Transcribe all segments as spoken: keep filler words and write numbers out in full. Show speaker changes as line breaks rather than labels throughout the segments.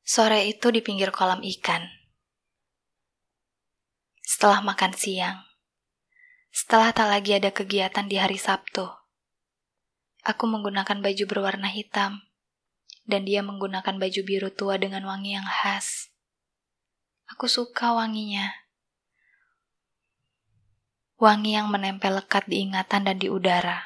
Sore itu di pinggir kolam ikan. Setelah makan siang, setelah tak lagi ada kegiatan di hari Sabtu, aku menggunakan baju berwarna hitam, dan dia menggunakan baju biru tua dengan wangi yang khas. Aku suka wanginya. Wangi yang menempel lekat di ingatan dan di udara.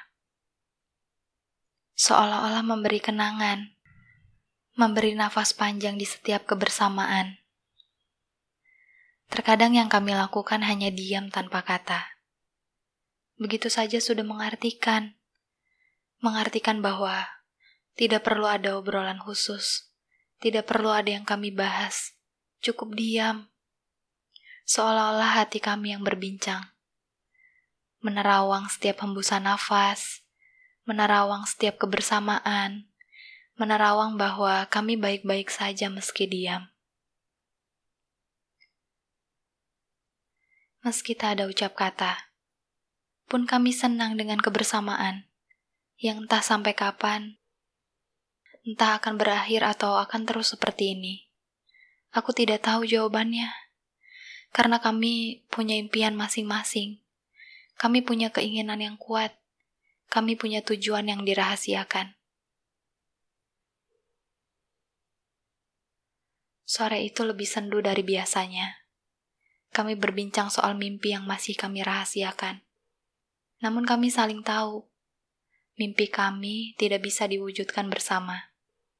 Seolah-olah memberi kenangan, memberi nafas panjang di setiap kebersamaan. Terkadang yang kami lakukan hanya diam tanpa kata. Begitu saja sudah mengartikan. Mengartikan bahwa tidak perlu ada obrolan khusus. Tidak perlu ada yang kami bahas. Cukup diam. Seolah-olah hati kami yang berbincang. Menerawang setiap hembusan nafas. Menerawang setiap kebersamaan. Menerawang bahwa kami baik-baik saja meski diam. Meski tak ada ucap kata, pun kami senang dengan kebersamaan, yang entah sampai kapan, entah akan berakhir atau akan terus seperti ini. Aku tidak tahu jawabannya, karena kami punya impian masing-masing, kami punya keinginan yang kuat, kami punya tujuan yang dirahasiakan. Sore itu lebih sendu dari biasanya. Kami berbincang soal mimpi yang masih kami rahasiakan. Namun kami saling tahu, mimpi kami tidak bisa diwujudkan bersama.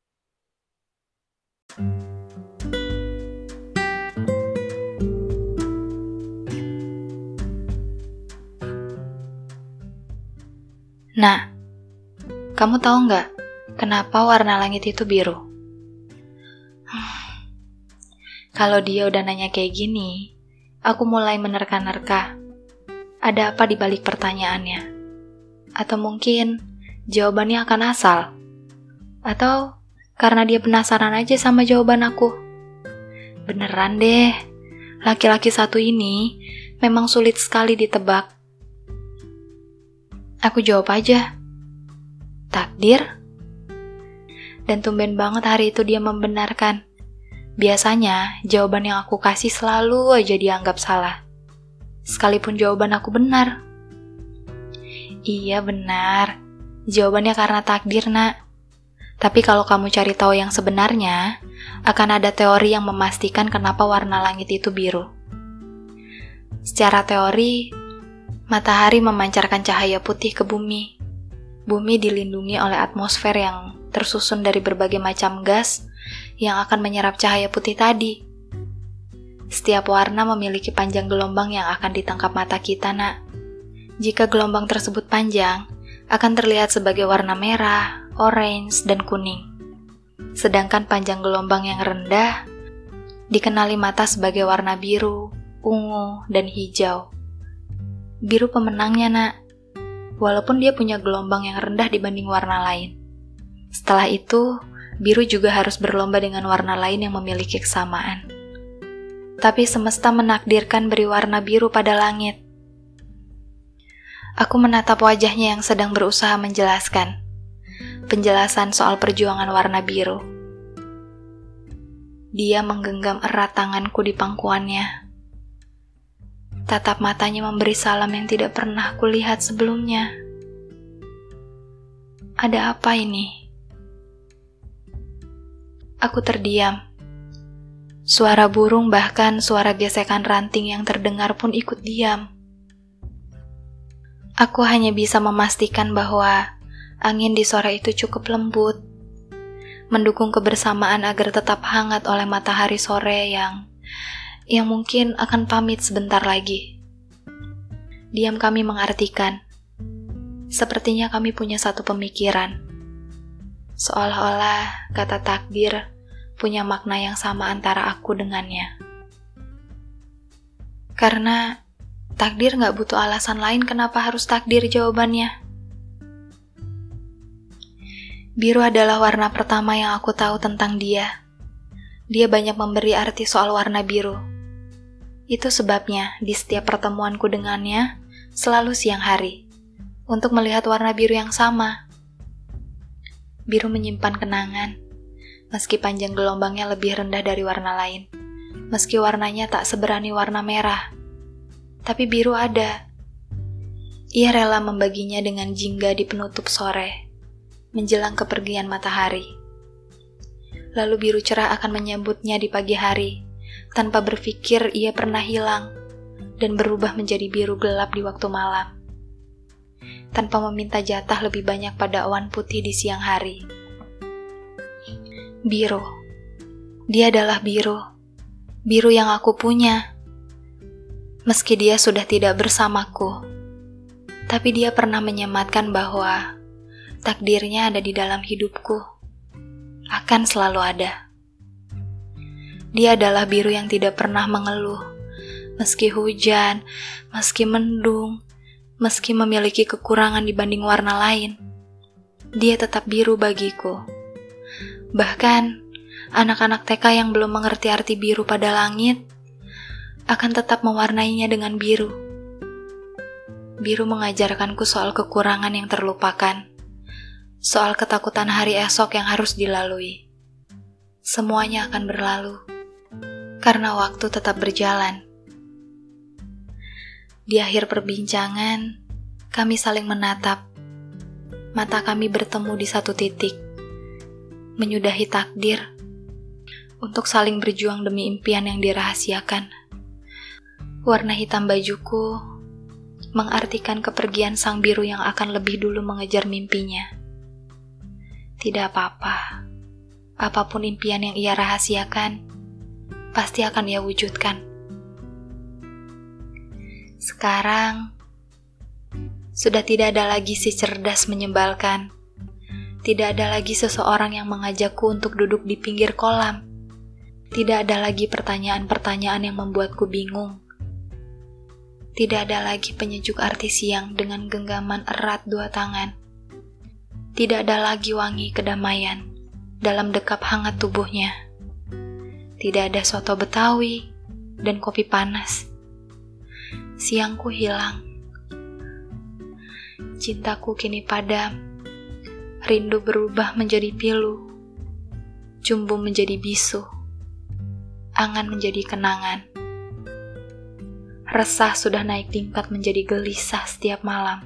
Nah, kamu tahu nggak kenapa warna langit itu biru? Kalau dia udah nanya kayak gini, aku mulai menerka-nerka, ada apa di balik pertanyaannya? Atau mungkin jawabannya akan asal? Atau karena dia penasaran aja sama jawaban aku? Beneran deh, laki-laki satu ini memang sulit sekali ditebak. Aku jawab aja, takdir? Dan tumben banget hari itu dia membenarkan. Biasanya, jawaban yang aku kasih selalu aja dianggap salah. Sekalipun jawaban aku benar. Iya benar, jawabannya karena takdir, nak. Tapi kalau kamu cari tahu yang sebenarnya, akan ada teori yang memastikan kenapa warna langit itu biru. Secara teori, matahari memancarkan cahaya putih ke bumi. Bumi dilindungi oleh atmosfer yang tersusun dari berbagai macam gas yang akan menyerap cahaya putih tadi. Setiap warna memiliki panjang gelombang yang akan ditangkap mata kita, nak. Jika gelombang tersebut panjang, akan terlihat sebagai warna merah, orange, dan kuning. Sedangkan panjang gelombang yang rendah dikenali mata sebagai warna biru, ungu, dan hijau. Biru pemenangnya, nak. Walaupun dia punya gelombang yang rendah dibanding warna lain. Setelah itu, biru juga harus berlomba dengan warna lain yang memiliki kesamaan. Tapi semesta menakdirkan beri warna biru pada langit. Aku menatap wajahnya yang sedang berusaha menjelaskan. Penjelasan soal perjuangan warna biru. Dia menggenggam erat tanganku di pangkuannya. Tatap matanya memberi salam yang tidak pernah kulihat sebelumnya. Ada apa ini? Aku terdiam. Suara burung bahkan suara gesekan ranting yang terdengar pun ikut diam. Aku hanya bisa memastikan bahwa angin di sore itu cukup lembut, mendukung kebersamaan agar tetap hangat oleh matahari sore yang yang mungkin akan pamit sebentar lagi. Diam kami mengartikan. Sepertinya kami punya satu pemikiran. Seolah-olah kata takdir punya makna yang sama antara aku dengannya. Karena takdir gak butuh alasan lain kenapa harus takdir jawabannya. Biru adalah warna pertama yang aku tahu tentang dia. Dia banyak memberi arti soal warna biru. Itu sebabnya di setiap pertemuanku dengannya selalu siang hari, untuk melihat warna biru yang sama. Biru menyimpan kenangan, Meski panjang gelombangnya lebih rendah dari warna lain, meski warnanya tak seberani warna merah, tapi biru ada. Ia rela membaginya dengan jingga di penutup sore, menjelang kepergian matahari. Lalu biru cerah akan menyambutnya di pagi hari, tanpa berpikir ia pernah hilang, dan berubah menjadi biru gelap di waktu malam, tanpa meminta jatah lebih banyak pada awan putih di siang hari. Biru, dia adalah biru, biru yang aku punya. Meski dia sudah tidak bersamaku, tapi dia pernah menyematkan bahwa takdirnya ada di dalam hidupku, akan selalu ada. Dia adalah biru yang tidak pernah mengeluh, meski hujan, meski mendung, meski memiliki kekurangan dibanding warna lain. Dia tetap biru bagiku. Bahkan, anak-anak T K yang belum mengerti arti biru pada langit akan tetap mewarnainya dengan biru. Biru mengajarkanku soal kekurangan yang terlupakan, soal ketakutan hari esok yang harus dilalui. Semuanya akan berlalu, karena waktu tetap berjalan. Di akhir perbincangan, kami saling menatap. Mata kami bertemu di satu titik, menyudahi takdir, untuk saling berjuang demi impian yang dirahasiakan. Warna hitam bajuku mengartikan kepergian sang biru yang akan lebih dulu mengejar mimpinya. Tidak apa-apa, apapun impian yang ia rahasiakan, pasti akan ia wujudkan. Sekarang, sudah tidak ada lagi si cerdas menyebalkan. Tidak ada lagi seseorang yang mengajakku untuk duduk di pinggir kolam. Tidak ada lagi pertanyaan-pertanyaan yang membuatku bingung. Tidak ada lagi penyejuk arti siang dengan genggaman erat dua tangan. Tidak ada lagi wangi kedamaian dalam dekap hangat tubuhnya. Tidak ada soto Betawi dan kopi panas. Siangku hilang. Cintaku kini padam. Rindu berubah menjadi pilu. Cumbu menjadi bisu. Angan menjadi kenangan. Resah sudah naik tingkat menjadi gelisah setiap malam.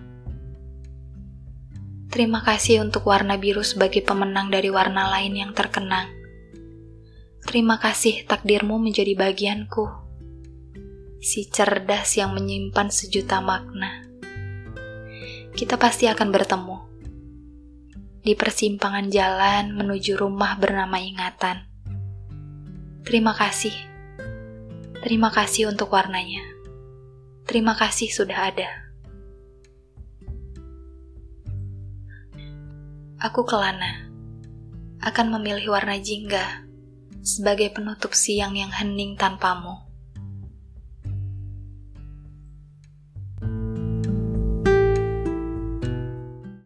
Terima kasih untuk warna biru sebagai pemenang dari warna lain yang terkenang. Terima kasih takdirmu menjadi bagianku. Si cerdas yang menyimpan sejuta makna. Kita pasti akan bertemu di persimpangan jalan menuju rumah bernama ingatan. Terima kasih. Terima kasih untuk warnanya. Terima kasih sudah ada. Aku kelana, akan memilih warna jingga sebagai penutup siang yang hening tanpamu.